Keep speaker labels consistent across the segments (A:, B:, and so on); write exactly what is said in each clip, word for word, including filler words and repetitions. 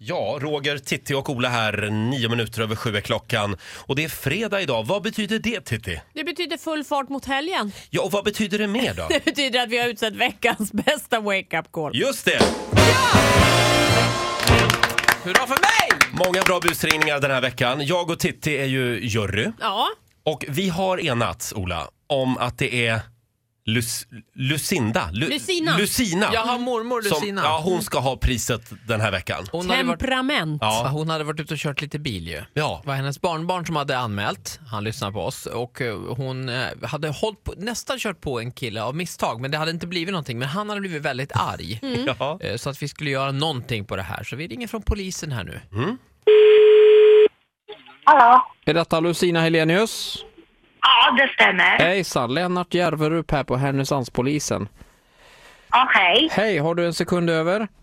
A: Ja, Roger, Titti och Ola här, nio minuter över sju är klockan. Och det är fredag idag. Vad betyder det, Titti?
B: Det betyder full fart mot helgen.
A: Ja, och vad betyder det mer då?
B: Det betyder att vi har utsett veckans bästa wake-up call.
A: Just det!
B: Ja!
C: Hurra för mig!
A: Många bra busringningar den här veckan. Jag och Titti är ju jury.
B: Ja.
A: Och vi har enats, Ola, om att det är Lus- Lucinda. Lu-
B: Lucina.
A: Lucina.
C: Jag har mormor Lucina.
A: Som, ja, hon ska ha priset den här veckan.
C: Hon hade, varit,
B: Temperament.
A: Ja.
C: hon hade varit ute och kört lite bil ju.
A: Ja.
C: Det var hennes barnbarn som hade anmält. Han lyssnade på oss. Och eh, hon eh, hade hållit på, nästan kört på en kille av misstag. Men det hade inte blivit någonting. Men han hade blivit väldigt arg.
A: Ja.
C: Eh, Så att vi skulle göra någonting på det här. Så vi ringer från polisen här nu.
A: Mm.
D: Hallå?
E: Är detta Lucina Helenius?
D: Ja, det stämmer.
E: Hejsan, Lennart Järverup här på Härnösandspolisen.
D: Okej.
E: Hej, har du en sekund över?
D: Eh,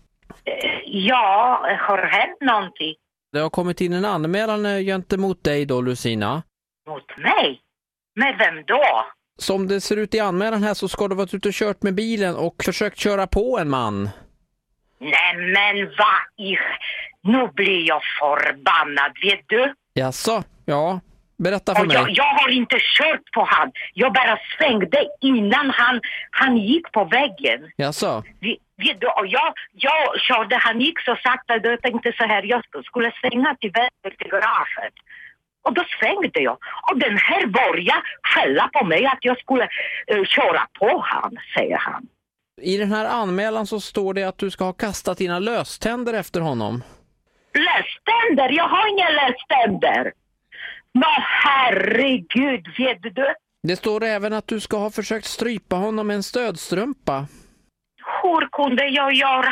D: Ja, har det hänt någonting
E: Det har kommit in en anmälan eh, gentemot dig då, Lucina.
D: mot mig? Med vem då?
E: Som det ser ut i anmälan här så ska du varit ute och kört med bilen och försökt köra på en man.
D: Nej men vad i... Nu blir jag förbannad, vet du?
E: Jaså? Ja, berätta för
D: Och
E: mig.
D: jag, jag har inte kört på han. Jag bara svängde innan han, han gick på väggen.
E: Jaså?
D: Vi- Vet du, och jag, jag körde, han gick så sakta, då jag tänkte så här, jag sk- skulle svänga till vänster till garaget. Och då svängde jag. Och den här började skälla på mig att jag skulle eh, köra på han, säger han.
E: I den här anmälan så står det att du ska ha kastat dina löständer efter honom.
D: Löständer? Jag har inga löständer. Nå herregud, vet du?
E: Det står även att du ska ha försökt strypa honom med en stödstrumpa.
D: Hur kunde jag göra?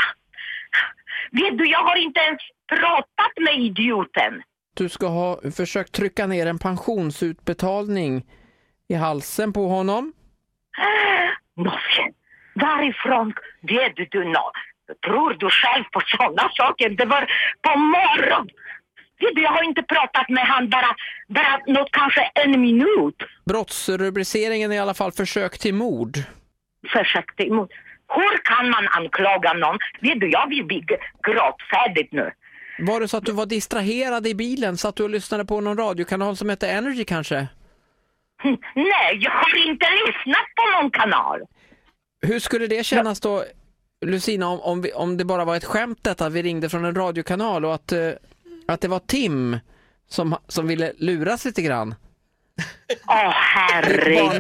D: Vet du, jag har inte ens pratat med idioten.
E: Du ska ha försökt trycka ner en pensionsutbetalning i halsen på honom.
D: Nå, varifrån vet du nå? Tror du själv på sådana saker? Det var på morgon. Vet du, jag har inte pratat med han bara, bara något, kanske en minut.
E: Brottsrubriceringen är i alla fall försök till mord.
D: Försökte emot. Hur kan man anklaga någon? Vet du, jag vill bli g- gråtfärdig nu.
E: Var det så att du var distraherad i bilen? Så att du och lyssnade på någon radiokanal som heter Energy kanske?
D: Hm, Nej, jag har inte lyssnat på någon kanal.
E: Hur skulle det kännas då, Lucina, om, om, vi, om det bara var ett skämt detta att vi ringde från en radiokanal och att, eh, att det var Tim som, som ville luras lite grann?
D: Åh, herregud.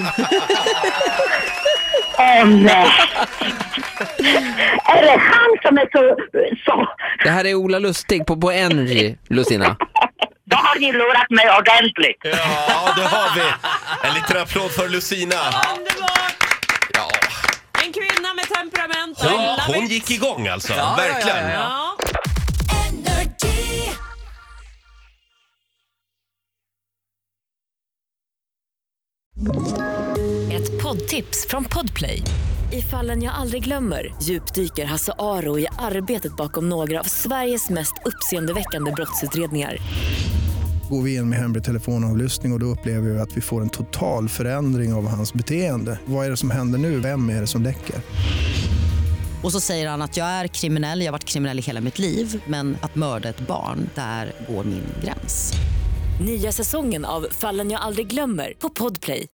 D: Åh, nej. Är det han som är så... så...
E: Det här är Ola Lustig på, på Energy, Lucina.
D: Då har ni lurat mig ordentligt.
A: Ja, det har vi. En liten applåd för Lucina.
B: Underbart!
A: Ja,
B: En kvinna med temperament. I
A: hon,
B: love
A: hon
B: it.
A: gick igång alltså.
C: Ja, ja, ja,
A: Verkligen.
C: ja.
B: Ja.
F: Ett poddtips från Podplay. I Fallen jag aldrig glömmer djupdyker Hasse Aro i arbetet bakom några av Sveriges mest uppseendeväckande brottsutredningar.
G: Går vi in med hemlig telefonavlyssning och, och då upplever vi att vi får en total förändring av hans beteende. Vad är det som händer nu? Vem är det som läcker?
H: Och så säger han att jag är kriminell, jag har varit kriminell i hela mitt liv. Men att mörda ett barn, där går min gräns.
F: Nya säsongen av Fallen jag aldrig glömmer på Podplay.